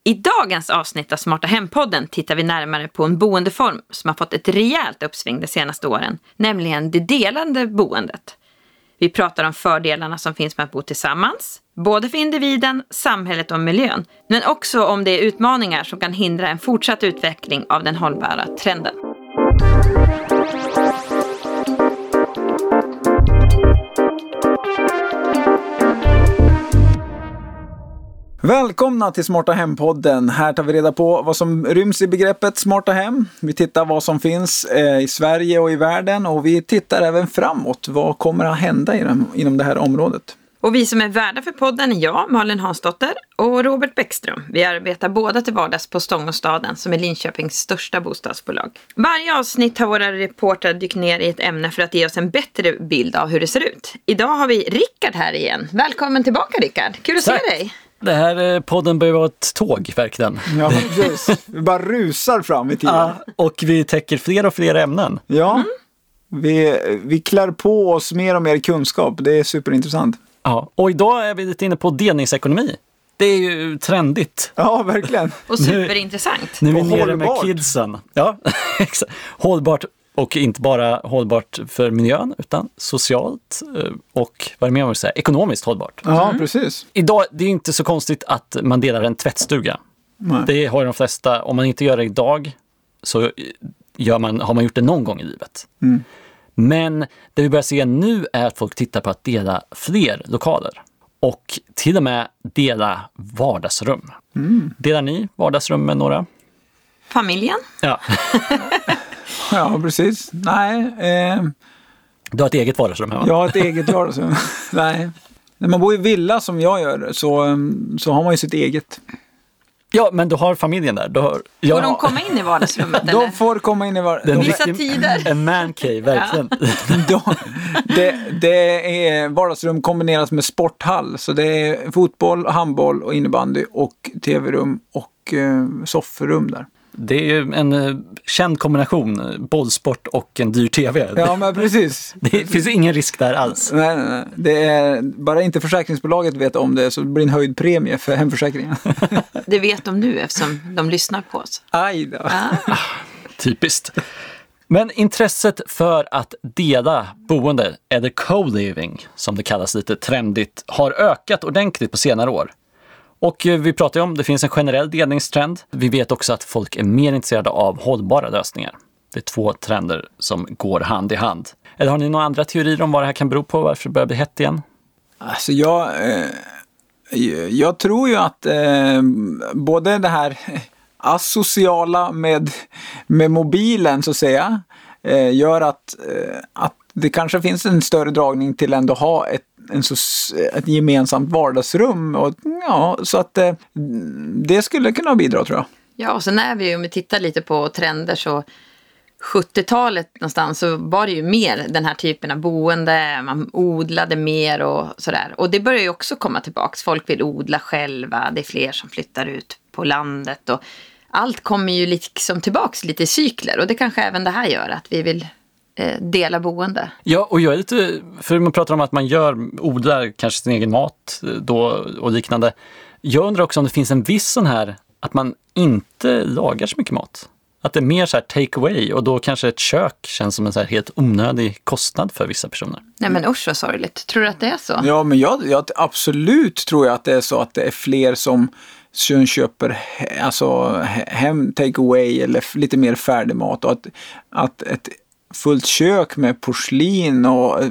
I dagens avsnitt av Smarta Hem-podden tittar vi närmare på en boendeform som har fått ett rejält uppsving de senaste åren, nämligen det delande boendet. Vi pratar om fördelarna som finns med att bo tillsammans, både för individen, samhället och miljön, men också om de utmaningar som kan hindra en fortsatt utveckling av den hållbara trenden. Välkomna till Smarta Hem-podden. Här tar vi reda på vad som ryms i begreppet Smarta Hem. Vi tittar vad som finns i Sverige och i världen, och vi tittar även framåt. Vad kommer att hända inom det här området? Och vi som är värdar för podden är jag, Malin Hansdotter, och Robert Bäckström. Vi arbetar båda till vardags på Stångåstaden, som är Linköpings största bostadsbolag. Varje avsnitt har våra reportrar dykt ner i ett ämne för att ge oss en bättre bild av hur det ser ut. Idag har vi Rickard här igen. Välkommen tillbaka, Rickard. Kul att se dig. Det här podden börjar vara ett tåg, verkligen. Ja, precis. Vi bara rusar fram i tiden. Ja, och vi täcker fler och fler ämnen. Ja, vi klär på oss mer och mer kunskap. Det är superintressant. Ja, och idag är vi lite inne på delningsekonomi. Det är ju trendigt. Ja, verkligen. Och superintressant. Nu är vi nere med kidsen. Ja, exakt. Hållbart. Och inte bara hållbart för miljön, utan socialt och vad är det mer man vill säga, ekonomiskt hållbart. Ja, precis. Idag, det är inte så konstigt att man delar en tvättstuga. Nej. Det har de flesta, om man inte gör det idag så har man gjort det någon gång i livet. Mm. Men det vi börjar se nu är att folk tittar på att dela fler lokaler. Och till och med dela vardagsrum. Mm. Delar ni vardagsrum med några? Familjen? Ja. Ja, precis. Nej. Du har ett eget vardagsrum här, va? Jag har ett eget vardagsrum. Nej. När man bor i villa som jag gör så har man ju sitt eget. Ja, men du har familjen där. Får de komma in i vardagsrummet? De får komma in i vardagsrummet. Vissa tider. En man cave, verkligen. Ja. Det är vardagsrum kombinerat med sporthall. Så det är fotboll, handboll och innebandy och tv-rum och soffrum där. Det är ju en känd kombination, bollsport och en dyr tv. Ja, men precis. Det finns ingen risk där alls. Nej. Det är bara inte försäkringsbolaget vet om det, så det blir en höjd premie för hemförsäkringen. Det vet de nu eftersom de lyssnar på oss. Aj då. Typiskt. Men intresset för att dela boende, eller co-living som det kallas lite trendigt, har ökat ordentligt på senare år. Och vi pratar ju om, det finns en generell delningstrend. Vi vet också att folk är mer intresserade av hållbara lösningar. Det är två trender som går hand i hand. Eller har ni några andra teorier om vad det här kan bero på? Varför det börjar bli hett igen? Alltså jag tror ju att både det här asociala med mobilen så att säga gör att det kanske finns en större dragning till ändå ha ett gemensamt vardagsrum. Och, ja, så att det skulle kunna bidra, tror jag. Ja, och sen om vi tittar lite på trender så 70-talet någonstans så var det ju mer den här typen av boende. Man odlade mer och sådär. Och det börjar ju också komma tillbaks. Folk vill odla själva. Det är fler som flyttar ut på landet. Och allt kommer ju liksom tillbaks lite i cykler. Och det kanske även det här gör att vi vill dela boende. Ja, och jag är lite, för man pratar om att man odlar kanske sin egen mat då och liknande. Jag undrar också om det finns en viss sån här att man inte lagar så mycket mat. Att det är mer så här take away, och då kanske ett kök känns som en så här helt onödig kostnad för vissa personer. Nej, men usch, så sorgligt. Tror du att det är så? Ja, men jag absolut tror jag att det är så att det är fler som köper hem take away eller lite mer färdig mat, och att ett fullt kök med porslin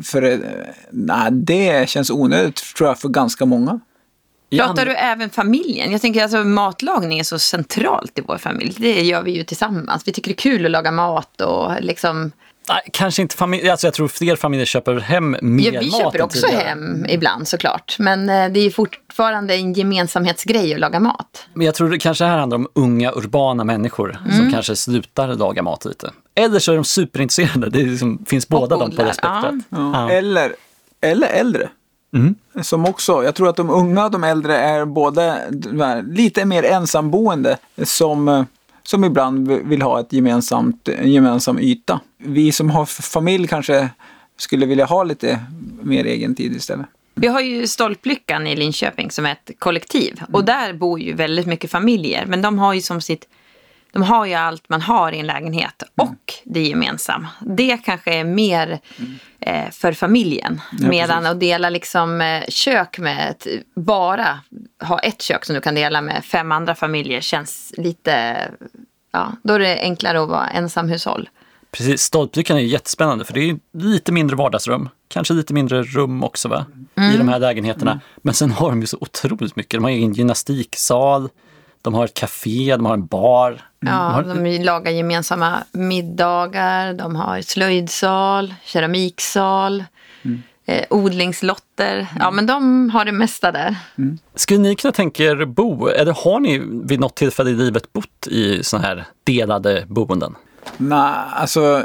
det känns onödigt, tror jag, för ganska många. Pratar du även familjen? Jag tänker alltså matlagning är så centralt i vår familj. Det gör vi ju tillsammans. Vi tycker det är kul att laga mat och liksom... Nej, kanske inte familj. Alltså jag tror fler familjer köper hem mer mat. Vi köper också hem ibland såklart. Men det är ju fortfarande en gemensamhetsgrej att laga mat. Men jag tror det kanske här handlar om unga urbana människor som kanske slutar laga mat lite. Eller så är de superintresserade. Det liksom, finns båda de på det spektrat. Ja. Eller äldre. Mm. Som också, jag tror att de unga och de äldre är både lite mer ensamboende som ibland vill ha en gemensam yta. Vi som har familj kanske skulle vilja ha lite mer egen tid istället. Vi har ju Stolplyckan i Linköping som är ett kollektiv. Och där bor ju väldigt mycket familjer. Men de har ju de har ju allt man har i en lägenhet och det gemensamma. Det kanske är mer för familjen. Medan att dela liksom kök med bara ha ett kök som du kan dela med 5 andra familjer känns lite, då är det enklare att vara ensamhushåll. Precis, Stolplyckan är jättespännande för det är lite mindre vardagsrum. Kanske lite mindre rum också va? I de här lägenheterna. Men sen har de ju så otroligt mycket. De har egen gymnastiksal, de har ett café, de har en bar. Ja, de lagar gemensamma middagar, de har slöjdsal, keramiksal, odlingslotter. Ja, men de har det mesta där. Skulle ni kunna tänka er bo, eller har ni vid något tillfälle i livet bott i såna här delade boenden? Nej, alltså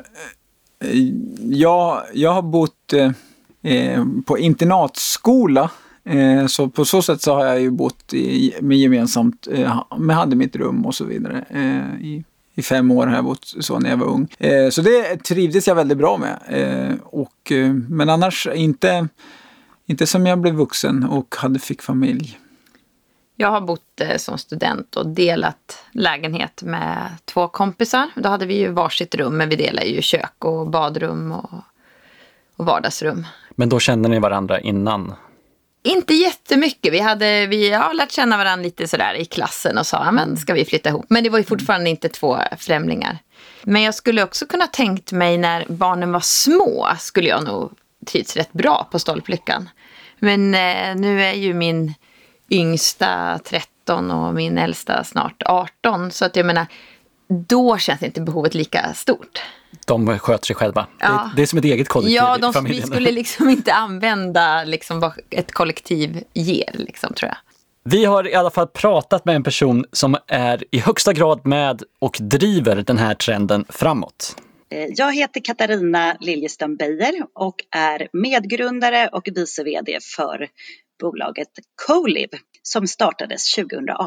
jag har bott på internatskola. Så på så sätt så har jag ju bott med gemensamt, hade mitt rum och så vidare. I 5 år har jag bott så när jag var ung. Så det trivdes jag väldigt bra med. Men annars inte som jag blev vuxen och fick familj. Jag har bott som student och delat lägenhet med 2 kompisar. Då hade vi ju varsitt rum, men vi delade ju kök och badrum och vardagsrum. Men då kände ni varandra innan? Inte jättemycket. Vi har lärt känna varandra lite sådär i klassen och sa, men ska vi flytta ihop? Men det var ju fortfarande inte 2 främlingar. Men jag skulle också kunna tänkt mig när barnen var små skulle jag nog trivs rätt bra på Stolplyckan. Men nu är ju min yngsta 13 och min äldsta snart 18. Så att jag menar, då känns inte behovet lika stort. De sköter sig själva. Ja. Det är som ett eget kollektiv i familjen. Vi skulle liksom inte använda liksom vad ett kollektiv ger, liksom, tror jag. Vi har i alla fall pratat med en person som är i högsta grad med och driver den här trenden framåt. Jag heter Katarina Liljeström Beijer och är medgrundare och vice vd för bolaget CoLive som startades 2018.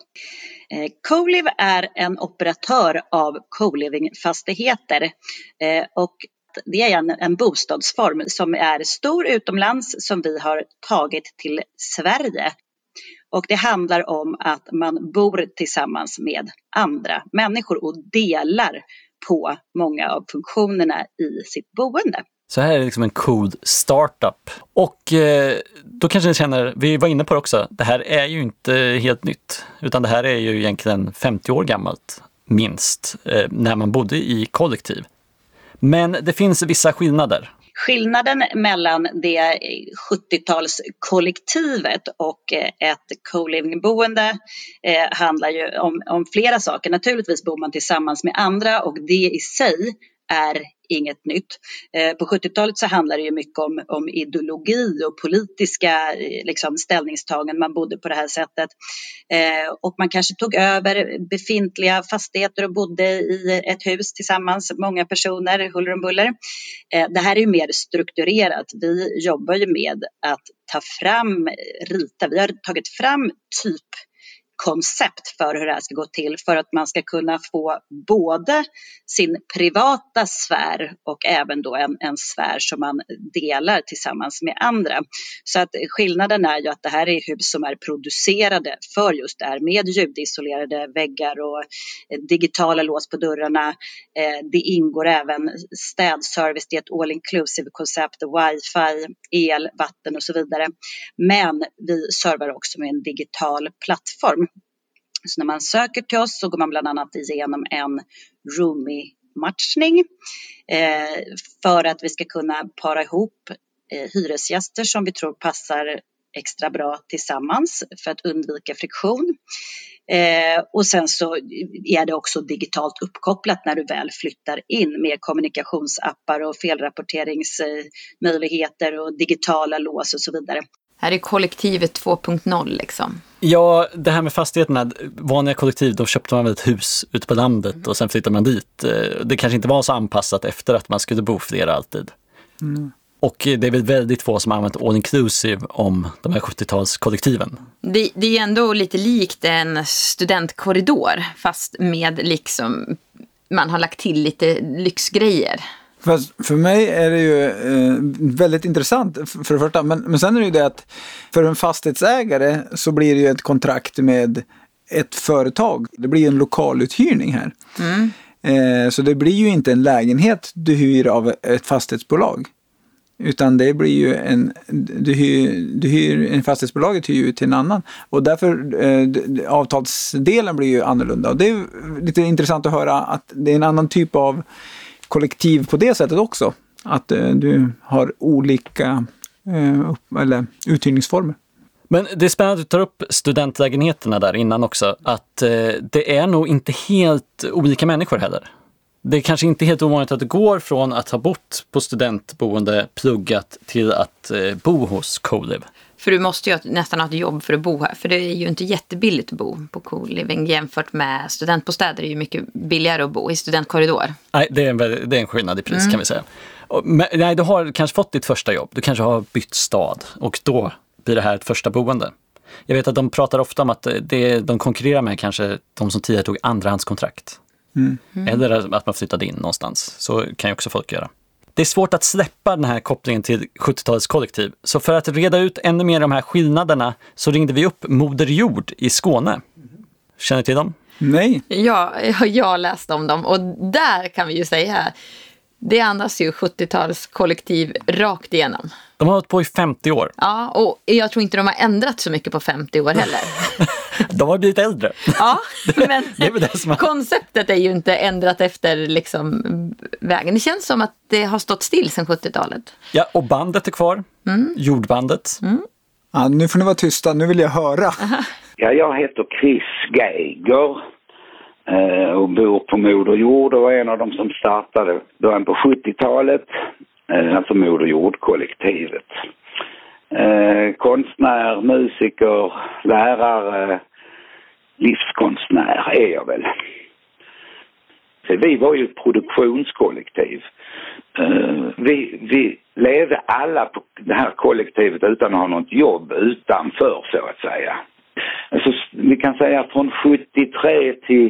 CoLive är en operatör av co-living-fastigheter och det är en bostadsform som är stor utomlands som vi har tagit till Sverige. Och det handlar om att man bor tillsammans med andra människor och delar på många av funktionerna i sitt boende. Så här är det liksom en cool startup. Och då kanske ni känner, vi var inne på det också, det här är ju inte helt nytt. Utan det här är ju egentligen 50 år gammalt, minst, när man bodde i kollektiv. Men det finns vissa skillnader. Skillnaden mellan det 70-talskollektivet och ett co-living-boende handlar ju om flera saker. Naturligtvis bor man tillsammans med andra och det i sig är inget nytt. På 70-talet så handlar det ju mycket om ideologi och politiska liksom, ställningstaganden. Man bodde på det här sättet. Och man kanske tog över befintliga fastigheter och bodde i ett hus tillsammans. Många personer, huller om buller. Det här är ju mer strukturerat. Vi jobbar ju med att ta fram, rita. Vi har tagit fram koncept för hur det här ska gå till för att man ska kunna få både sin privata sfär och även då en sfär som man delar tillsammans med andra. Så att skillnaden är ju att det här är hus som är producerade för just det här med ljudisolerade väggar och digitala lås på dörrarna. Det ingår även städservice, det är ett all inclusive koncept, wifi, el, vatten och så vidare. Men vi servar också med en digital plattform. Så när man söker till oss så går man bland annat igenom en roomie-matchning för att vi ska kunna para ihop hyresgäster som vi tror passar extra bra tillsammans för att undvika friktion. Och sen så är det också digitalt uppkopplat när du väl flyttar in med kommunikationsappar och felrapporteringsmöjligheter och digitala lås och så vidare. Här är kollektivet 2.0 liksom. Ja, det här med fastigheterna, vanliga kollektiv, då köpte man väl ett hus ute på landet och sen flyttade man dit. Det kanske inte var så anpassat efter att man skulle bo flera alltid. Mm. Och det är väl väldigt få som har använt all inclusive om de här 70-talskollektiven. Det är ändå lite likt en studentkorridor fast med liksom man har lagt till lite lyxgrejer. För mig är det ju väldigt intressant för det första. Men sen är det ju det att för en fastighetsägare så blir det ju ett kontrakt med ett företag. Det blir ju en lokaluthyrning här. Så det blir ju inte en lägenhet du hyr av ett fastighetsbolag. Utan det blir ju en fastighetsbolaget hyr ju till en annan. Och därför avtalsdelen blir ju annorlunda. Och det är lite intressant att höra att det är en annan typ av kollektiv på det sättet också. Att du har olika uthyrningsformer. Men det är spännande att du tar upp studentlägenheterna där innan också. Att det är nog inte helt olika människor heller. Det är kanske inte helt ovanligt att det går från att ha bott på studentboende, pluggat, till att bo hos Co-Liv. För du måste ju nästan ha ett jobb för att bo här. För det är ju inte jättebilligt att bo på Co-Living jämfört med studentbostäder. Det är ju mycket billigare att bo i studentkorridor. Nej, det är en skillnad i pris kan vi säga. Men, du har kanske fått ditt första jobb. Du kanske har bytt stad och då blir det här ett första boende. Jag vet att de pratar ofta om att de konkurrerar med kanske de som tidigare tog andrahandskontrakt. Eller att man flyttade in någonstans. Så kan ju också folk göra. Det är svårt att släppa den här kopplingen till 70-talets kollektiv. Så för att reda ut ännu mer de här skillnaderna så ringde vi upp Moder Jord i Skåne. Känner till dem? Nej. Ja, jag har läst om dem. Och där kan vi ju säga, det andas ju 70-tals kollektiv rakt igenom. De har hållit på i 50 år. Ja, och jag tror inte de har ändrat så mycket på 50 år heller. De har blivit äldre. Ja, men det är väl det som är... konceptet är ju inte ändrat efter liksom vägen. Det känns som att det har stått still sedan 70-talet. Ja, och bandet är kvar. Jordbandet. Ja, nu får ni vara tysta, nu vill jag höra. Ja, jag heter Chris Geiger och bor på Moder Jord och var en av dem som startade början på 70-talet. Alltså Moder Jord-kollektivet. Konstnär, musiker, lärare, livskonstnär är jag väl. Så vi var ju ett produktionskollektiv. Vi levde alla på det här kollektivet utan att ha något jobb utanför så att säga. Alltså, vi kan säga att från 73 till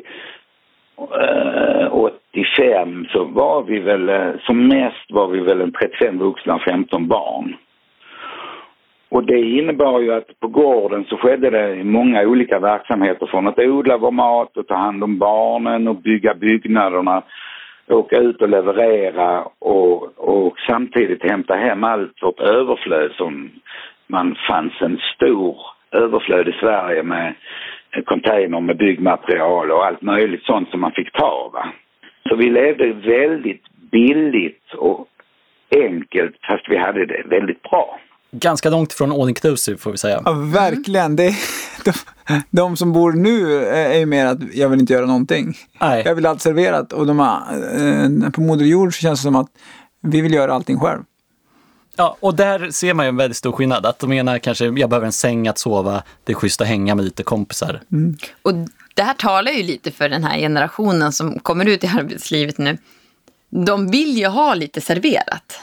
85 så var vi väl, som mest var vi väl en 35 vuxna, 15 barn. Och det innebar ju att på gården så skedde det många olika verksamheter, från att odla vår mat och ta hand om barnen och bygga byggnaderna, åka ut och leverera och samtidigt hämta hem allt vårt överflöd som man fanns en stor överflöd i Sverige med container med byggmaterial och allt möjligt sånt som man fick ta, va. Så vi levde väldigt billigt och enkelt, fast vi hade det väldigt bra. Ganska långt från all inclusive får vi säga. Ja, verkligen. De som bor nu är ju mer att jag vill inte göra någonting. Nej. Jag vill allt serverat. Och på Moder Jord så känns det som att vi vill göra allting själv. Ja, och där ser man ju en väldigt stor skillnad. Att de menar kanske, jag behöver en säng att sova, det är schysst att hänga med lite kompisar. Och det här talar ju lite för den här generationen som kommer ut i arbetslivet nu. De vill ju ha lite serverat.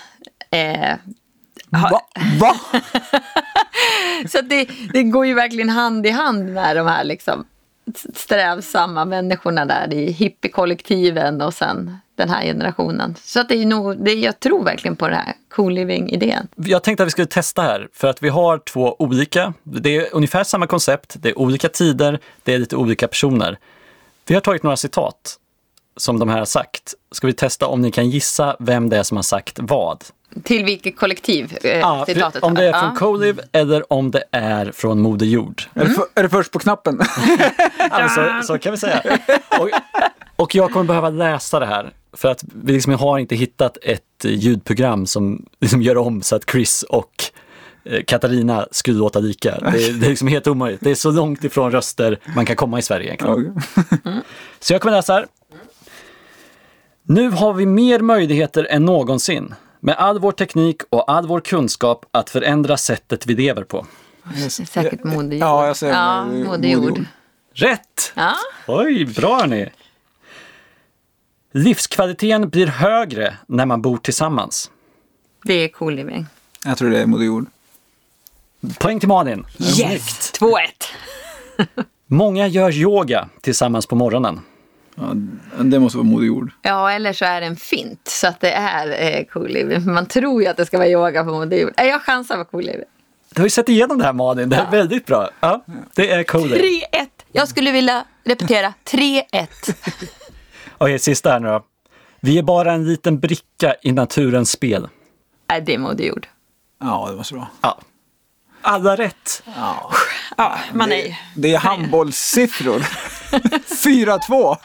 Va? Så att det går ju verkligen hand i hand med de här liksom strävsamma människorna där i hippiekollektiven och sen den här generationen. Så att det är nog, jag tror verkligen på det här co-living-idén. Jag tänkte att vi skulle testa här för att vi har två olika, det är ungefär samma koncept, det är olika tider, det är lite olika personer. Vi har tagit några citat som de här har sagt. Ska vi testa om ni kan gissa vem det är som har sagt vad? Till vilket kollektiv citatet? Om det är från Co-Liv eller om det är från Moder Jord. Är det först på knappen? Alltså, så kan vi säga. Och jag kommer behöva läsa det här. För att vi liksom har inte hittat ett ljudprogram som liksom gör om så att Chris och Katarina skulle låta lika. Det är liksom helt omöjligt. Det är så långt ifrån röster man kan komma i Sverige egentligen. Så jag kommer läsa här. Nu har vi mer möjligheter än någonsin. Med all vår teknik och all vår kunskap att förändra sättet vi lever på. Säkert Moder Jord. Ja, jag säger Moder Jord. Rätt! Ja. Oj, bra hörni. Livskvaliteten blir högre när man bor tillsammans. Det är co-living. Jag tror det är Moder Jord. Poäng till Malin. Yes! 2-1. Många gör yoga tillsammans på morgonen. Ja, det måste vara Moder Jord. Ja, eller så är det en fint så att det är co-living. Man tror ju att det ska vara yoga på Moder Jord. Jag chansar på co-living. Du har ju sett igenom det här, Malin. Det är väldigt bra. Ja, det är co-living. 3-1. Jag skulle vilja repetera 3-1. Okej, sista här nu då. Vi är bara en liten bricka i naturens spel. Nej, det är Moder Jord. Ja, det var så bra. Ja. Alla rätt. Ja, man är ju... Det är handbollssiffror. 4-2.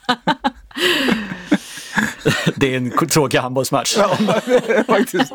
Det är en tråkig handbollsmatch. Ja, det är faktiskt.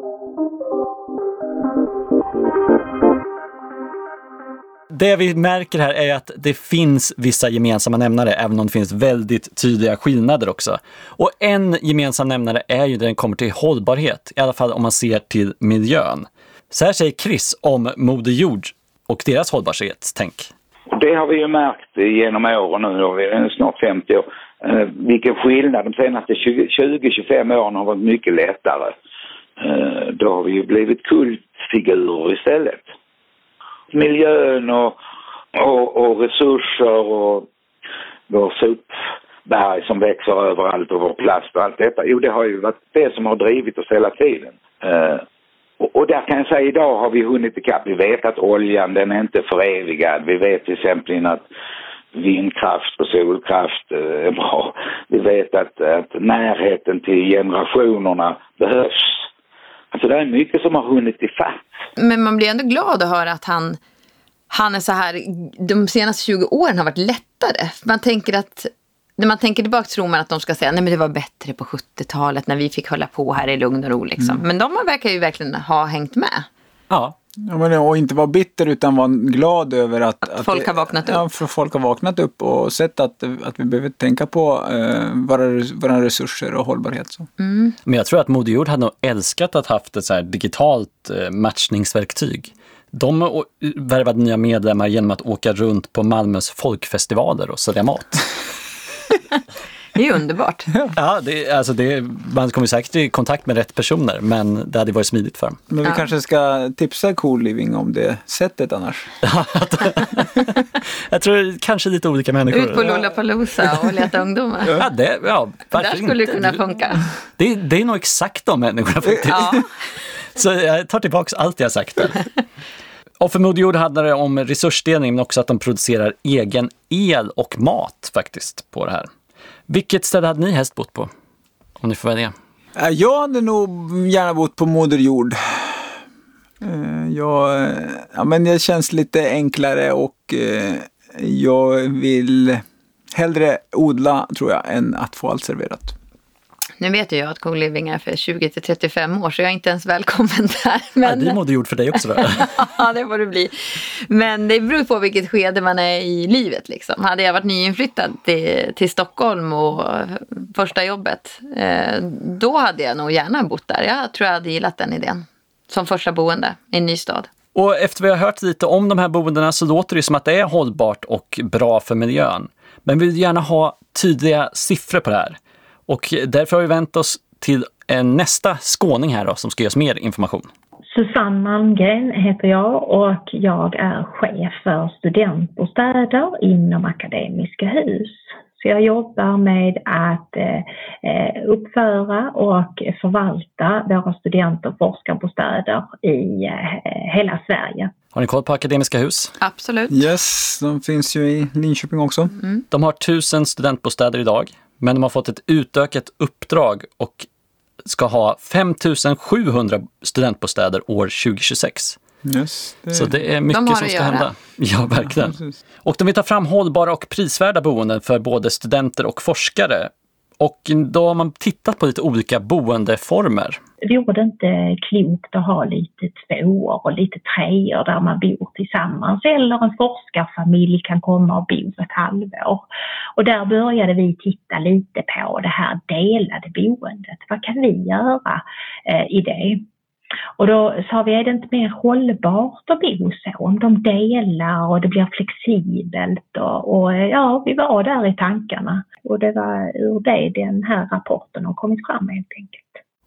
Det vi märker här är att det finns vissa gemensamma nämnare, även om det finns väldigt tydliga skillnader också. Och en gemensam nämnare är ju när den kommer till hållbarhet, i alla fall om man ser till miljön. Så här säger Chris om Moder Jord och deras hållbarhetstänk. Det har vi ju märkt genom åren nu, då, vi är snart 50 år. Vilken skillnad de senaste 20-25 åren har varit mycket lättare. Då har vi ju blivit kultfigurer istället. Miljön och resurser och vår sopberg som växer överallt och vår plast och allt detta. Jo, det har ju varit det som har drivit oss hela tiden. Och där kan jag säga, idag har vi hunnit ikapp. Vi vet att oljan, den är inte förevigad. Vi vet till exempel att vindkraft och solkraft är bra. Vi vet att närheten till generationerna behövs. Alltså det är mycket som har hunnit ifatt. Men man blir ändå glad att höra att han är så här, de senaste 20 åren har varit lättare. Man tänker att, när man tänker tillbaka tror man att de ska säga, nej men det var bättre på 70-talet när vi fick hålla på här i lugn och ro liksom. Men de verkar ju verkligen ha hängt med. Ja. Ja, men, och inte vara bitter utan vara glad över att folk har vaknat upp. Ja, för folk har vaknat upp och sett att vi behöver tänka på våra resurser och hållbarhet. Så. Men jag tror att Moder Jord hade nog älskat att haft ett så här digitalt matchningsverktyg. De värvade nya medlemmar genom att åka runt på Malmös folkfestivaler och sälja mat. Det är ju underbart. Ja, man kommer säkert i kontakt med rätt personer, men det hade varit smidigt för dem. Men vi kanske ska tipsa co-living om det sättet annars. Jag tror kanske lite olika människor. Ut på Lollapalooza och leta ungdomar. Där skulle det kunna funka. Det är nog exakt de människorna faktiskt. Ja. Så jag tar tillbaka allt jag sagt där. Och för Moder Jord handlar det om resursdelning, men också att de producerar egen el och mat faktiskt på det här. Vilket ställe hade ni helst bott på? Om ni får välja. Jag hade nog gärna bott på Moder Jord. Men det känns lite enklare och jag vill hellre odla, tror jag, än att få allt serverat. Nu vet jag att co-living är för 20-35 år, så jag är inte ens välkommen där. Men... Ja, det är Moder Jord för dig också då. Ja, det får det bli. Men det beror på vilket skede man är i livet. Liksom. Hade jag varit nyinflyttad till Stockholm och första jobbet, då hade jag nog gärna bott där. Jag tror jag hade gillat den idén. Som första boende i en ny stad. Och efter vi har hört lite om de här boendena så låter det som att det är hållbart och bra för miljön. Men vi vill gärna ha tydliga siffror på det här. Och därför har vi vänt oss till nästa skåning här då, som ska ge oss mer information. Susanne Malmgren heter jag och jag är chef för studentbostäder inom Akademiska hus. Så jag jobbar med att uppföra och förvalta våra student- och forskarbostäder i hela Sverige. Har ni koll på Akademiska hus? Absolut. Yes, de finns ju i Linköping också. De har 1000 studentbostäder idag. Men de har fått ett utökat uppdrag och ska ha 5700 studentbostäder år 2026. Yes, Så det är mycket som ska hända. Ja, verkligen. Ja, och de vill ta fram hållbara och prisvärda boenden för både studenter och forskare. Och då har man tittat på lite olika boendeformer. Vore det inte klokt att ha lite tvåor och lite treor där man bor tillsammans? Eller en forskarfamilj kan komma och bo ett halvår. Och där började vi titta lite på det här delade boendet. Vad kan vi göra i det? Och då sa vi, är det inte mer hållbart att bo så? Om de delar och det blir flexibelt. Och ja, vi var där i tankarna. Och det var ur det den här rapporten har kommit fram helt enkelt.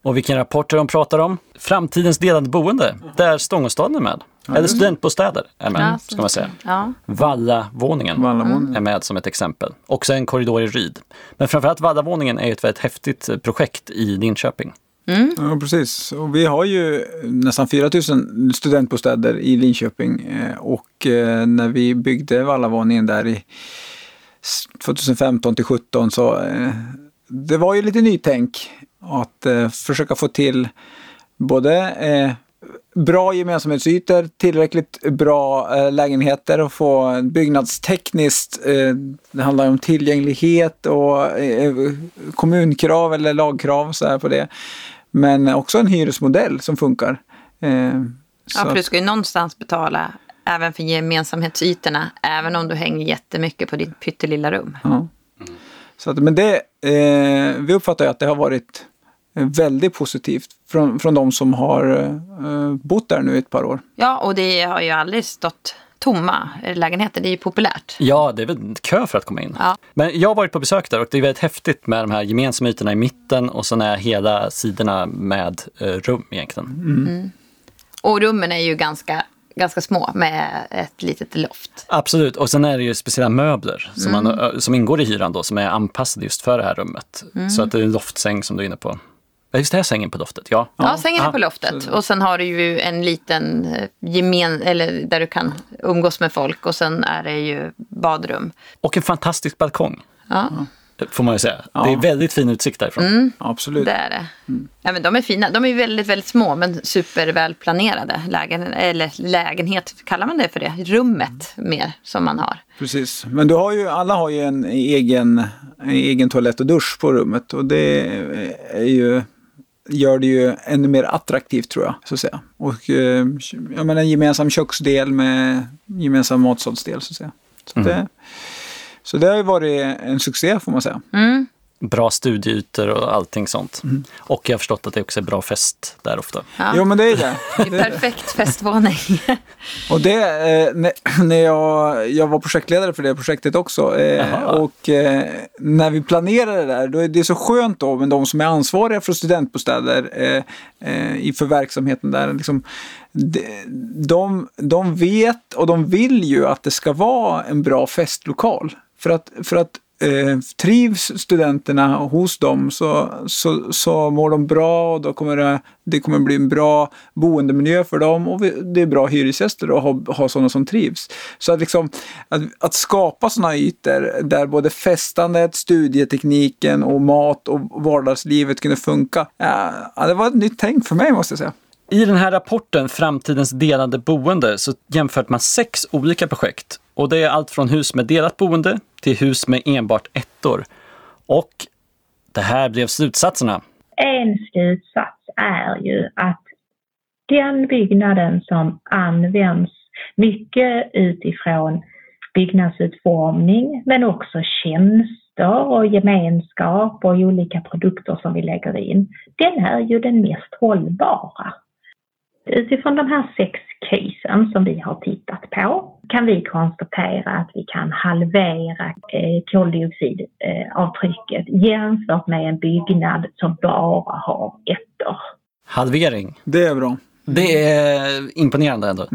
Och vilken rapport de pratar om? Framtidens delade boende, där Stångåstaden är med. Eller studentbostäder är med, ska man säga. Ja. Vallavåningen är med som ett exempel. Också en korridor i Ryd. Men framförallt Vallavåningen är ett väldigt häftigt projekt i Linköping. Ja, precis. Och vi har ju nästan 4 000 studentbostäder i Linköping. Och när vi byggde Vallavåningen där i 2015 till 2017 så det var ju lite nytänk att försöka få till både bra gemensamhetsytor, tillräckligt bra lägenheter och få byggnadstekniskt, det handlar om tillgänglighet och kommunkrav eller lagkrav så här på det. Men också en hyresmodell som funkar. För du ska ju någonstans betala även för gemensamhetsytorna, även om du hänger jättemycket på ditt pyttelilla rum. Ja. Så att, men det, vi uppfattar ju att det har varit väldigt positivt från de som har bott där nu ett par år. Ja, och det har ju aldrig stått tomma lägenheter. Det är ju populärt. Ja, det är väl kö för att komma in. Ja. Men jag har varit på besök där och det är väldigt häftigt med de här gemensamma ytorna i mitten och så är hela sidorna med rum egentligen. Och rummen är ju ganska små med ett litet loft. Absolut, och sen är det ju speciella möbler som ingår i hyran då, som är anpassade just för det här rummet. Så att det är en loftsäng som du är inne på. Just det här sängen på loftet, ja. Ja, sängen är på loftet. Och sen har du ju en liten eller där du kan umgås med folk. Och sen är det ju badrum. Och en fantastisk balkong. Ja. Får man ju säga. Ja. Det är väldigt fin utsikt därifrån. Absolut. Det är det. Ja, men de är fina. De är väldigt, väldigt små men supervälplanerade. Lägenhet, kallar man det för det? Rummet mer som man har. Precis. Men alla har ju en egen toalett och dusch på rummet. Och det gör det ju ännu mer attraktivt tror jag, så att säga. Och en gemensam köksdel med gemensam matsalsdel, så att säga. Så det har ju varit en succé, får man säga. Bra studieytor och allting sånt. Och jag har förstått att det också är bra fest där ofta. Ja. Jo, men det är det. Det är perfekt festvåning. Och det, när jag var projektledare för det projektet också. Och när vi planerade det där, då är det så skönt då med de som är ansvariga för studentbostäder för verksamheten där. Liksom, de vet och de vill ju att det ska vara en bra festlokal. För att trivs studenterna hos dem så mår de bra och då det kommer bli en bra boendemiljö för dem och det är bra hyresgäster att ha sådana som trivs. Så att, liksom, att skapa sådana ytor där både festandet, studietekniken och mat och vardagslivet kunde funka. Det var ett nytt tänk för mig, måste jag säga. I den här rapporten Framtidens delade boende så jämfört man 6 olika projekt. Och det är allt från hus med delat boende till hus med enbart ettor. Och det här blev slutsatserna. En slutsats är ju att den byggnaden som används mycket utifrån byggnadsutformning men också tjänster och gemenskap och olika produkter som vi lägger in, den är ju den mest hållbara. Utifrån de här 6 casen som vi har tittat på kan vi konstatera att vi kan halvera koldioxidavtrycket jämfört med en byggnad som bara har ettor. Halvering. Det är bra. Det är imponerande ändå.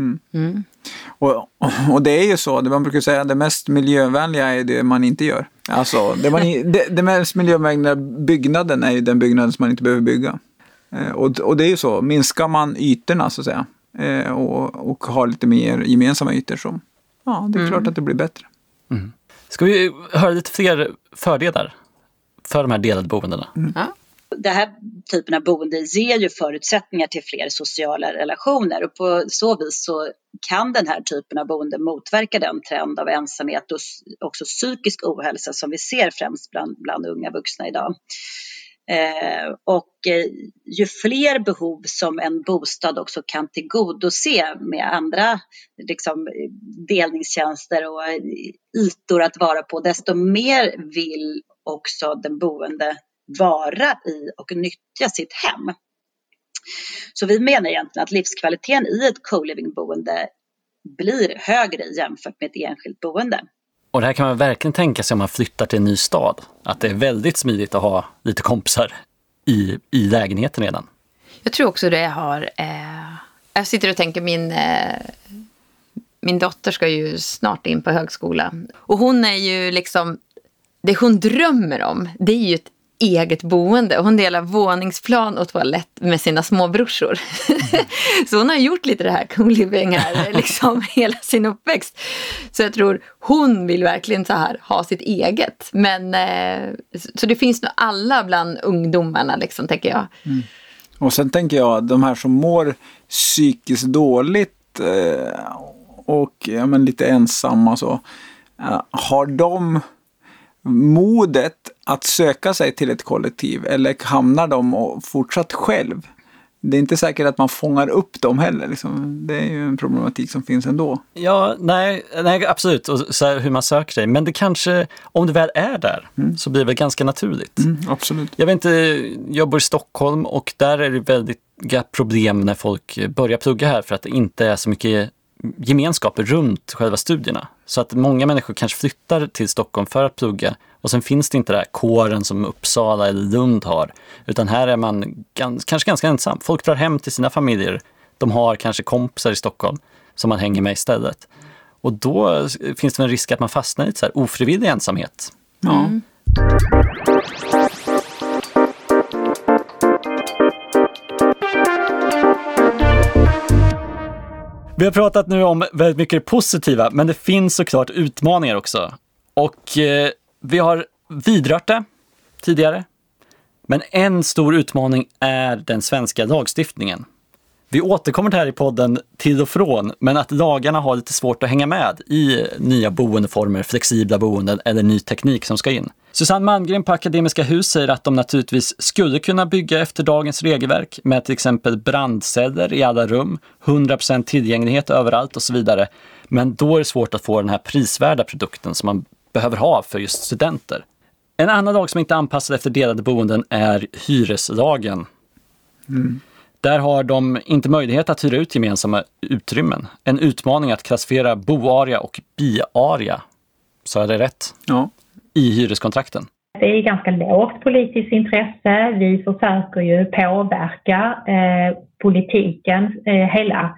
Och det är ju så, det man brukar säga, det mest miljövänliga är det man inte gör. Alltså, det mest miljövänliga byggnaden är ju den byggnaden som man inte behöver bygga. Och det är ju så, minskar man ytorna så att säga och har lite mer gemensamma ytor så det är klart att det blir bättre. Ska vi höra lite fler fördelar för de här delade boendena? Den här typen av boende ger ju förutsättningar till fler sociala relationer och på så vis så kan den här typen av boende motverka den trend av ensamhet och också psykisk ohälsa som vi ser främst bland unga vuxna idag. Och ju fler behov som en bostad också kan tillgodose med andra liksom, delningstjänster och ytor att vara på, desto mer vill också den boende vara i och nyttja sitt hem. Så vi menar egentligen att livskvaliteten i ett co-living-boende blir högre jämfört med ett enskilt boende. Och det här kan man verkligen tänka sig om man flyttar till en ny stad. Att det är väldigt smidigt att ha lite kompisar i lägenheten redan. Jag tror också det har... jag sitter och tänker, min dotter ska ju snart in på högskola. Och hon är ju liksom... Det hon drömmer om, det är ju ett eget boende. Hon delar våningsplan och toalett med sina småbrorsor. Så hon har gjort lite det här co-living här liksom hela sin uppväxt. Så jag tror hon vill verkligen så här ha sitt eget. Men så det finns nog alla bland ungdomarna liksom, tänker jag. Mm. Och sen tänker jag, de här som mår psykiskt dåligt och lite ensamma så, har de modet att söka sig till ett kollektiv eller hamnar de och fortsatt själv? Det är inte säkert att man fångar upp dem heller. Liksom. Det är ju en problematik som finns ändå. Ja, nej absolut. Och så här, hur man söker sig. Men det kanske, om det väl är där, så blir det väl ganska naturligt. Absolut. Jag vet inte, jag bor i Stockholm och där är det väldigt problem när folk börjar plugga här för att det inte är så mycket gemenskaper runt själva studierna. Så att många människor kanske flyttar till Stockholm för att plugga och sen finns det inte där kåren som Uppsala eller Lund har. Utan här är man kanske ganska ensam. Folk drar hem till sina familjer. De har kanske kompisar i Stockholm som man hänger med istället. Och då finns det en risk att man fastnar i ett så här ofrivillig ensamhet. Ja. Vi har pratat nu om väldigt mycket positiva, men det finns såklart utmaningar också. Och vi har vidrört det tidigare. Men en stor utmaning är den svenska lagstiftningen. Vi återkommer till här i podden till och från, men att lagarna har lite svårt att hänga med i nya boendeformer, flexibla boenden eller ny teknik som ska in. Susanne Malmgren på Akademiska Hus säger att de naturligtvis skulle kunna bygga efter dagens regelverk med till exempel brandceller i alla rum, 100% tillgänglighet överallt och så vidare. Men då är det svårt att få den här prisvärda produkten som man behöver ha för just studenter. En annan lag som inte är anpassad efter delade boenden är hyreslagen. Där har de inte möjlighet att hyra ut gemensamma utrymmen. En utmaning att klassifiera boarea och biarea. Så är det rätt? Ja. I hyreskontrakten. Det är ganska lågt politiskt intresse. Vi försöker ju påverka politiken, hela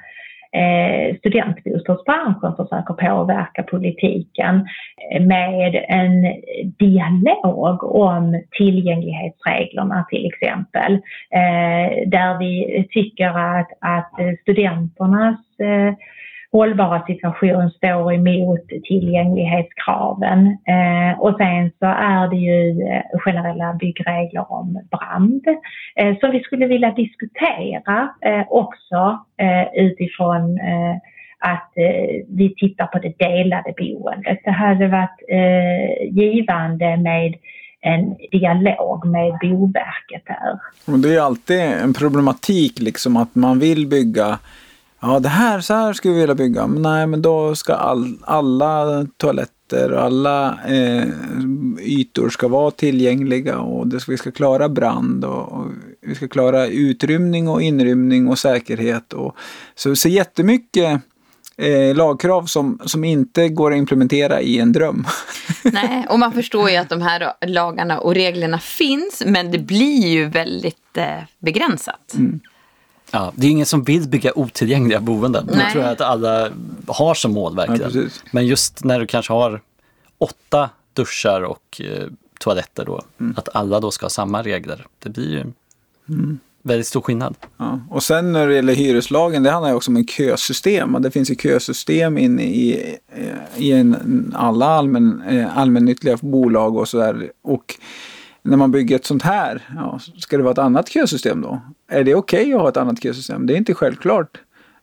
studentbostadsbranschen försöker påverka politiken med en dialog om tillgänglighetsreglerna till exempel. Där vi tycker att studenternas hållbara situation står emot tillgänglighetskraven. Och sen så är det ju generella byggregler om brand som vi skulle vilja diskutera också utifrån att vi tittar på det delade boendet. Det hade varit givande med en dialog med Boverket här. Och det är alltid en problematik liksom att man vill bygga. Ja, så här skulle vi vilja bygga. Men nej, men då ska alla toaletter och alla ytor ska vara tillgängliga och vi ska klara brand och vi ska klara utrymning och inrymning och säkerhet. Och, så jättemycket lagkrav som inte går att implementera i en dröm. Nej, och man förstår ju att de här lagarna och reglerna finns, men det blir ju väldigt begränsat. Ja, det är ingen som vill bygga otillgängliga boenden. Det tror jag att alla har som mål verkligen. Ja, men just när du kanske har 8 duschar och toaletter då, att alla då ska ha samma regler. Det blir ju väldigt stor skillnad. Ja. Och sen när det gäller hyreslagen, det handlar ju också om en kösystem. Och det finns ju kösystem inne i alla allmännyttiga bolag och sådär. Och när man bygger ett sånt här, ska det vara ett annat kösystem då? Är det okej att ha ett annat kösystem? Det är inte självklart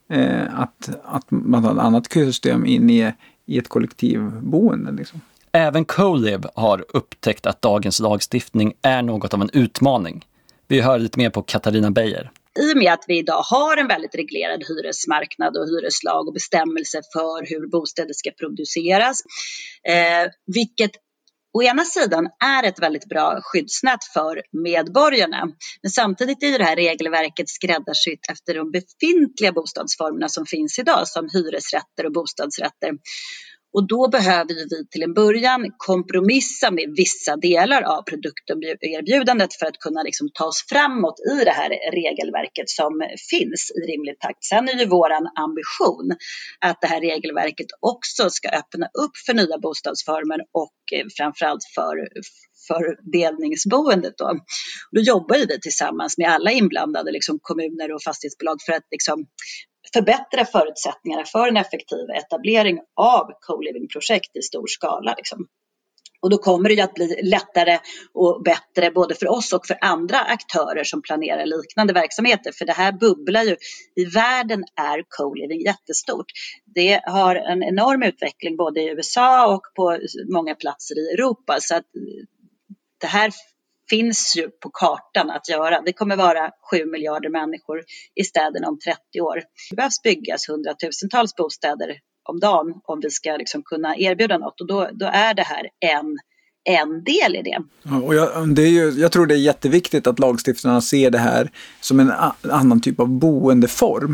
att man har ett annat kösystem in i ett kollektivboende. Liksom. Även CoLiv har upptäckt att dagens lagstiftning är något av en utmaning. Vi hör lite mer på Katarina Beijer. I och med att vi idag har en väldigt reglerad hyresmarknad och hyreslag och bestämmelser för hur bostäder ska produceras, vilket å ena sidan är ett väldigt bra skyddsnät för medborgarna. Men samtidigt är det här regelverket skräddarsytt efter de befintliga bostadsformerna som finns idag, som hyresrätter och bostadsrätter. Och då behöver vi till en början kompromissa med vissa delar av produkterbjudandet för att kunna liksom ta oss framåt i det här regelverket som finns i rimlig takt. Sen är ju våran ambition att det här regelverket också ska öppna upp för nya bostadsformer och framförallt för delningsboendet. Då jobbar vi tillsammans med alla inblandade liksom kommuner och fastighetsbolag för att liksom förbättra förutsättningarna för en effektiv etablering av co-living-projekt i stor skala. Liksom. Och då kommer det ju att bli lättare och bättre både för oss och för andra aktörer som planerar liknande verksamheter. För det här bubblar ju. I världen är co-living jättestort. Det har en enorm utveckling både i USA och på många platser i Europa. Så att det här finns ju på kartan att göra. Det kommer vara 7 miljarder människor i städerna om 30 år. Det behövs byggas 100,000-tals bostäder om dagen om vi ska liksom kunna erbjuda något. Och då är det här en del i det. Och jag tror det är jätteviktigt att lagstiftarna ser det här som en annan typ av boendeform.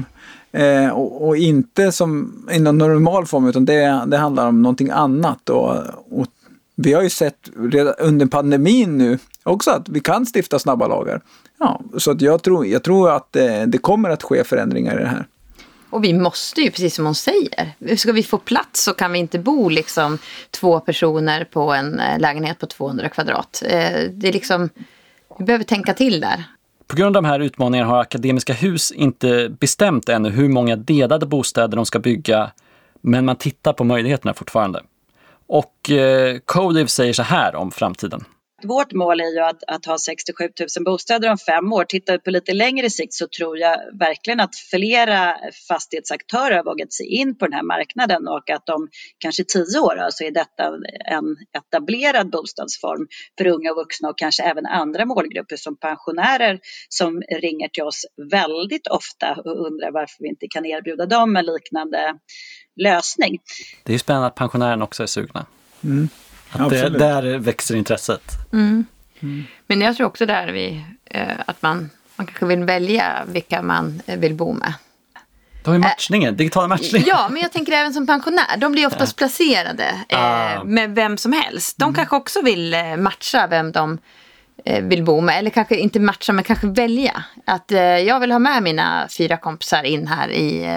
Och inte som i någon normal form, utan det handlar om någonting annat. Och vi har ju sett redan under pandemin nu också att vi kan stifta snabba lagar. Ja, så att jag tror att det kommer att ske förändringar i det här. Och vi måste ju, precis som hon säger, ska vi få plats så kan vi inte bo liksom 2 personer på en lägenhet på 200 kvadrat. Det är liksom, vi behöver tänka till där. På grund av de här utmaningarna har Akademiska Hus inte bestämt ännu hur många delade bostäder de ska bygga, men man tittar på möjligheterna fortfarande. Och Co-live säger så här om framtiden. Vårt mål är ju att ha 67 000 bostäder om 5 år. Tittar vi på lite längre sikt så tror jag verkligen att flera fastighetsaktörer har vågat sig in på den här marknaden och att om kanske 10 år så är detta en etablerad bostadsform för unga och vuxna och kanske även andra målgrupper som pensionärer som ringer till oss väldigt ofta och undrar varför vi inte kan erbjuda dem en liknande lösning. Det är ju spännande att pensionärerna också är sugna. Mm. Att där växer intresset. Mm. Mm. Men jag tror också där att man kanske vill välja vilka man vill bo med. Då är matchningen, digitala matchningen. Ja, men jag tänker även som pensionär. De blir oftast placerade med vem som helst. De kanske också vill matcha vem de vill bo med. Eller kanske inte matcha, men kanske välja. Att jag vill ha med mina 4 kompisar in här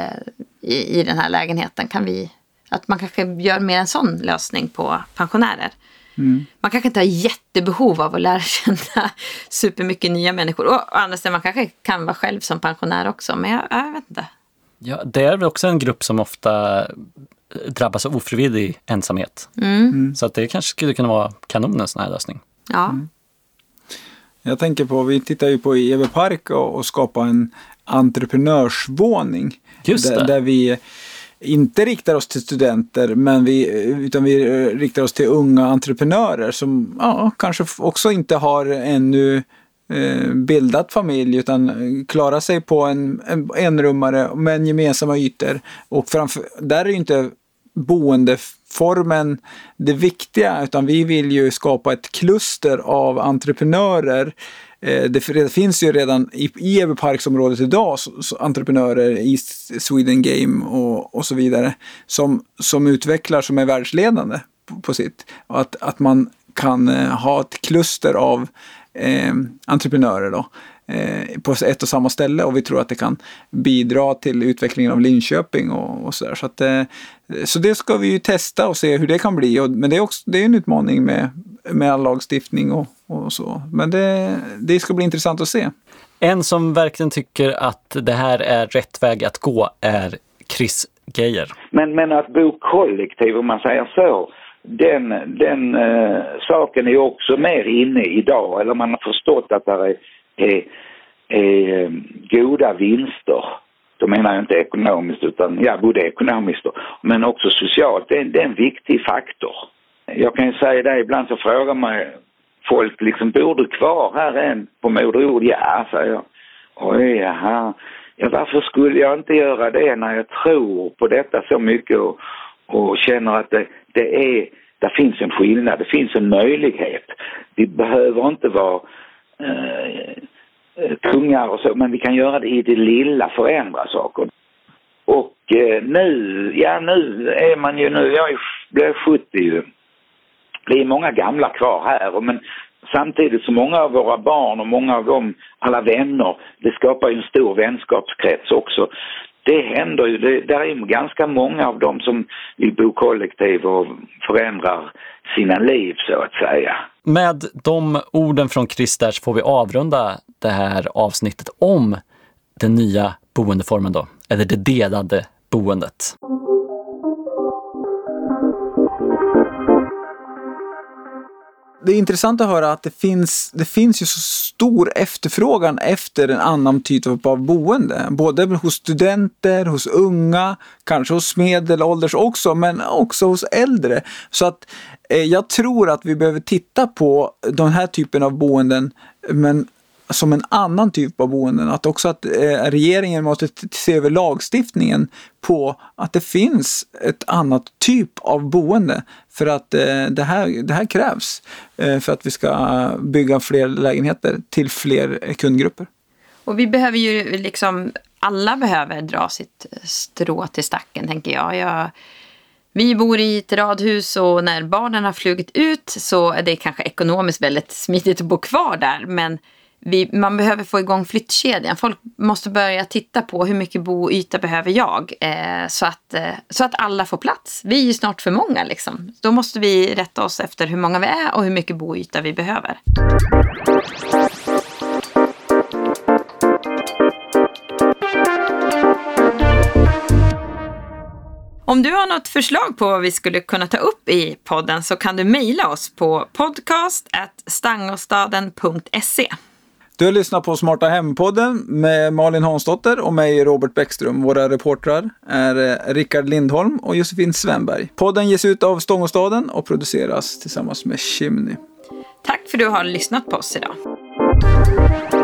i den här lägenheten. Att man kanske gör mer en sån lösning på pensionärer. Mm. Man kanske inte har jättebehov av att lära känna supermycket nya människor. Och andra sidan, man kanske kan vara själv som pensionär också. Men jag vet inte. Ja, det är väl också en grupp som ofta drabbas av ofrivillig ensamhet. Mm. Så att det kanske skulle kunna vara kanon en sån här lösning. Ja. Mm. Jag tänker på, vi tittar ju på i Everpark och skapa en entreprenörsvåning. Just det. Där vi inte riktar oss till studenter, utan vi riktar oss till unga entreprenörer som kanske också inte har ännu bildat familj utan klarar sig på en enrummare med gemensamma ytor. Och där är ju inte boendeformen det viktiga, utan vi vill ju skapa ett kluster av entreprenörer. Det finns ju redan i Everparksområdet idag så entreprenörer i Sweden Game och så vidare som utvecklar, som är världsledande på sitt. Och att man kan ha ett kluster av entreprenörer då på ett och samma ställe, och vi tror att det kan bidra till utvecklingen av Linköping och sådär. Så det ska vi ju testa och se hur det kan bli. Men det är en utmaning med all lagstiftning och så. Men det ska bli intressant att se. En som verkligen tycker att det här är rätt väg att gå är Chris Geijer. Men att bo kollektiv, om man säger så, den saken är också mer inne idag. Eller man har förstått att det är goda vinster. Då menar jag inte ekonomiskt, utan både ekonomiskt men också socialt. Det är en viktig faktor. Jag kan ju säga det, ibland så frågar mig folk liksom, bor du kvar här än på Moderord? Ja, säger jag. Oj, jaha. Ja, varför skulle jag inte göra det när jag tror på detta så mycket och känner att det finns en skillnad, det finns en möjlighet. Vi behöver inte vara kungar och så, men vi kan göra det i det lilla, förändra saker. Och nu är man ju jag är blir 70 ju. Det är många gamla kvar här, men samtidigt så många av våra barn och många av dem, alla vänner, det skapar ju en stor vänskapskrets också. Det händer ju, där är ganska många av dem som vill bo kollektiv och förändrar sina liv så att säga. Med de orden från Christer får vi avrunda det här avsnittet om den nya boendeformen då, eller det delade boendet. Det är intressant att höra att det finns ju så stor efterfrågan efter en annan typ av boende. Både hos studenter, hos unga, kanske hos medelålders också, men också hos äldre. Så att jag tror att vi behöver titta på den här typen av boenden, men som en annan typ av boenden. Att också att regeringen måste se över lagstiftningen på att det finns ett annat typ av boende. För att det här krävs för att vi ska bygga fler lägenheter till fler kundgrupper. Och vi behöver ju liksom, alla behöver dra sitt strå till stacken, tänker jag. Vi bor i ett radhus och när barnen har flugit ut så är det kanske ekonomiskt väldigt smidigt att bo kvar där, men man behöver få igång flyttkedjan. Folk måste börja titta på hur mycket boyta behöver jag så att alla får plats. Vi är ju snart för många liksom. Då måste vi rätta oss efter hur många vi är och hur mycket boyta vi behöver. Om du har något förslag på vad vi skulle kunna ta upp i podden så kan du mejla oss på podcast@stangåstaden.se. Du har lyssnat på Smarta Hem-podden med Malin Hansdotter och mig, Robert Bäckström. Våra reportrar är Rickard Lindholm och Josefin Svenberg. Podden ges ut av Stångåstaden och produceras tillsammans med Chimney. Tack för att du har lyssnat på oss idag.